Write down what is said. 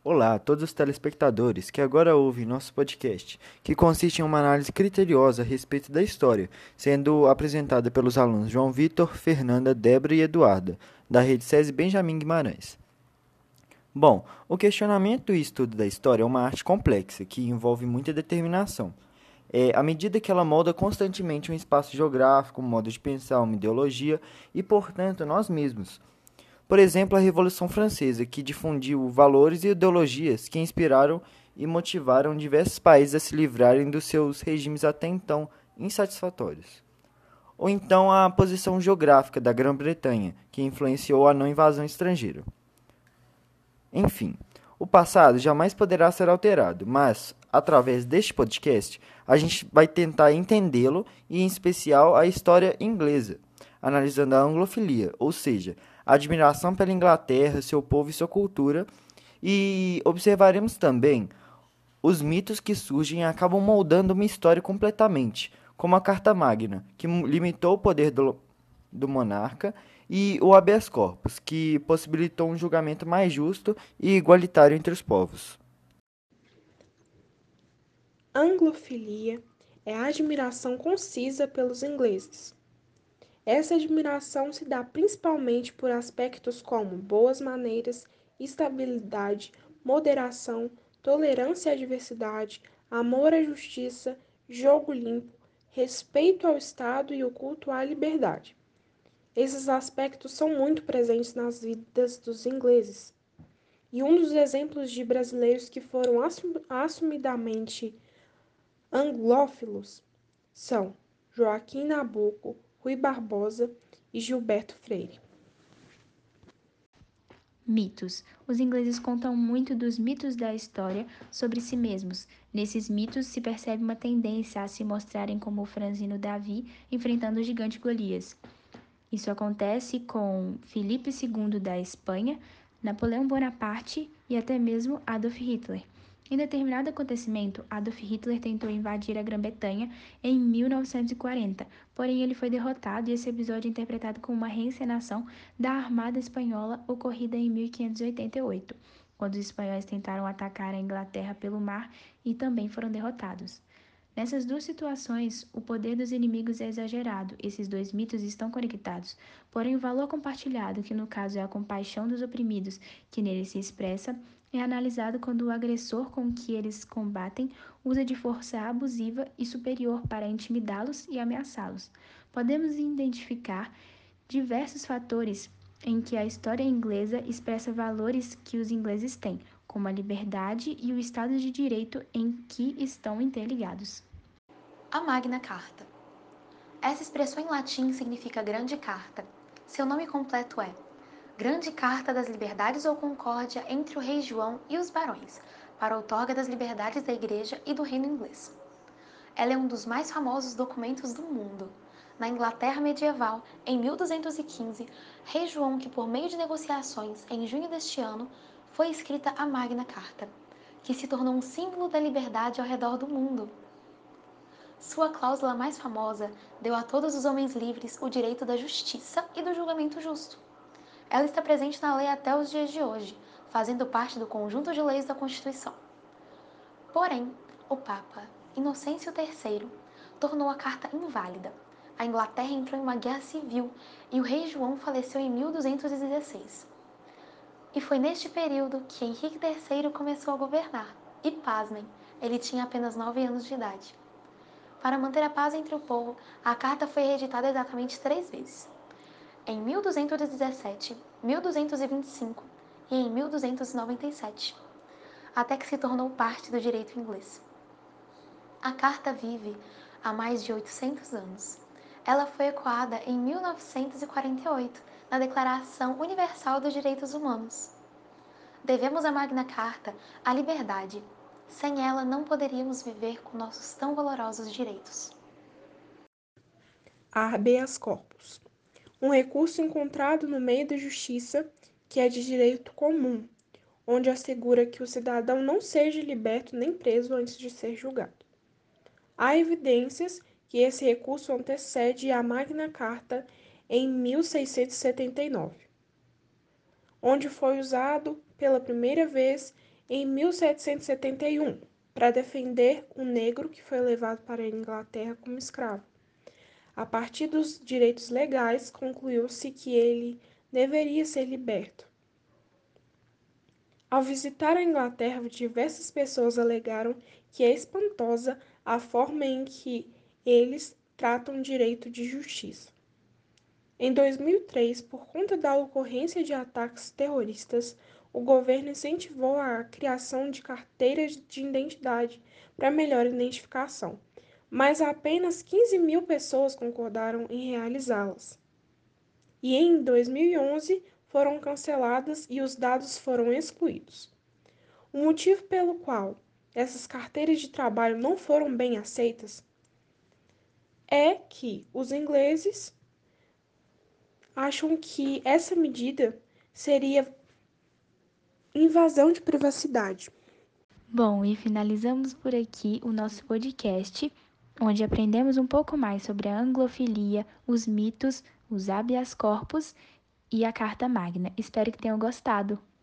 Olá a todos os telespectadores que agora ouvem nosso podcast, que consiste em uma análise criteriosa a respeito da história, sendo apresentada pelos alunos João Vitor, Fernanda, Débora e Eduarda, da Rede SESI Benjamin Guimarães. Bom, o questionamento e estudo da história é uma arte complexa que envolve muita determinação. À medida que ela molda constantemente um espaço geográfico, um modo de pensar, uma ideologia e, portanto, nós mesmos. Por exemplo, a Revolução Francesa, que difundiu valores e ideologias que inspiraram e motivaram diversos países a se livrarem dos seus regimes até então insatisfatórios. Ou então a posição geográfica da Grã-Bretanha, que influenciou a não invasão estrangeira. Enfim, o passado jamais poderá ser alterado, mas, através deste podcast, a gente vai tentar entendê-lo e, em especial, a história inglesa, analisando a anglofilia, ou seja, a admiração pela Inglaterra, seu povo e sua cultura, e observaremos também os mitos que surgem e acabam moldando uma história completamente, como a Carta Magna, que limitou o poder do monarca, e o habeas corpus, que possibilitou um julgamento mais justo e igualitário entre os povos. Anglofilia é a admiração concisa pelos ingleses. Essa admiração se dá principalmente por aspectos como boas maneiras, estabilidade, moderação, tolerância à diversidade, amor à justiça, jogo limpo, respeito ao Estado e o culto à liberdade. Esses aspectos são muito presentes nas vidas dos ingleses. E um dos exemplos de brasileiros que foram assumidamente anglófilos são Joaquim Nabuco, Rui Barbosa e Gilberto Freire. Mitos. Os ingleses contam muito dos mitos da história sobre si mesmos. Nesses mitos se percebe uma tendência a se mostrarem como o franzino Davi enfrentando o gigante Golias. Isso acontece com Filipe II da Espanha, Napoleão Bonaparte e até mesmo Adolf Hitler. Em determinado acontecimento, Adolf Hitler tentou invadir a Grã-Bretanha em 1940, porém ele foi derrotado e esse episódio é interpretado como uma reencenação da Armada Espanhola ocorrida em 1588, quando os espanhóis tentaram atacar a Inglaterra pelo mar e também foram derrotados. Nessas duas situações, o poder dos inimigos é exagerado, esses dois mitos estão conectados, porém o valor compartilhado, que no caso é a compaixão dos oprimidos, que nele se expressa, é analisado quando o agressor com que eles combatem usa de força abusiva e superior para intimidá-los e ameaçá-los. Podemos identificar diversos fatores em que a história inglesa expressa valores que os ingleses têm, como a liberdade e o Estado de Direito em que estão interligados. A Magna Carta. Essa expressão em latim significa Grande Carta. Seu nome completo é Grande Carta das Liberdades ou Concórdia entre o Rei João e os Barões, para a outorga das liberdades da Igreja e do Reino Inglês. Ela é um dos mais famosos documentos do mundo. Na Inglaterra medieval, em 1215, Rei João, que por meio de negociações, em junho deste ano, foi escrita a Magna Carta, que se tornou um símbolo da liberdade ao redor do mundo. Sua cláusula mais famosa deu a todos os homens livres o direito da justiça e do julgamento justo. Ela está presente na lei até os dias de hoje, fazendo parte do conjunto de leis da Constituição. Porém, o Papa Inocêncio III tornou a carta inválida. A Inglaterra entrou em uma guerra civil e o rei João faleceu em 1216. E foi neste período que Henrique III começou a governar. E pasmem, ele tinha apenas 9 anos de idade. Para manter a paz entre o povo, a carta foi reeditada exatamente 3 vezes. Em 1217, 1225 e em 1297, até que se tornou parte do direito inglês. A carta vive há mais de 800 anos. Ela foi ecoada em 1948, na Declaração Universal dos Direitos Humanos. Devemos à Magna Carta a liberdade. Sem ela, não poderíamos viver com nossos tão valorosos direitos. Habeas corpus. Um recurso encontrado no meio da justiça que é de direito comum, onde assegura que o cidadão não seja liberto nem preso antes de ser julgado. Há evidências que esse recurso antecede a Magna Carta em 1679, onde foi usado pela primeira vez em 1771 para defender um negro que foi levado para a Inglaterra como escravo. A partir dos direitos legais, concluiu-se que ele deveria ser liberto. Ao visitar a Inglaterra, diversas pessoas alegaram que é espantosa a forma em que eles tratam direito de justiça. Em 2003, por conta da ocorrência de ataques terroristas, o governo incentivou a criação de carteiras de identidade para melhor identificação, mas apenas 15.000 pessoas concordaram em realizá-las. E em 2011 foram canceladas e os dados foram excluídos. O motivo pelo qual essas carteiras de trabalho não foram bem aceitas é que os ingleses acham que essa medida seria invasão de privacidade. Bom, e finalizamos por aqui o nosso podcast, onde aprendemos um pouco mais sobre a anglofilia, os mitos, os habeas corpus e a Carta Magna. Espero que tenham gostado.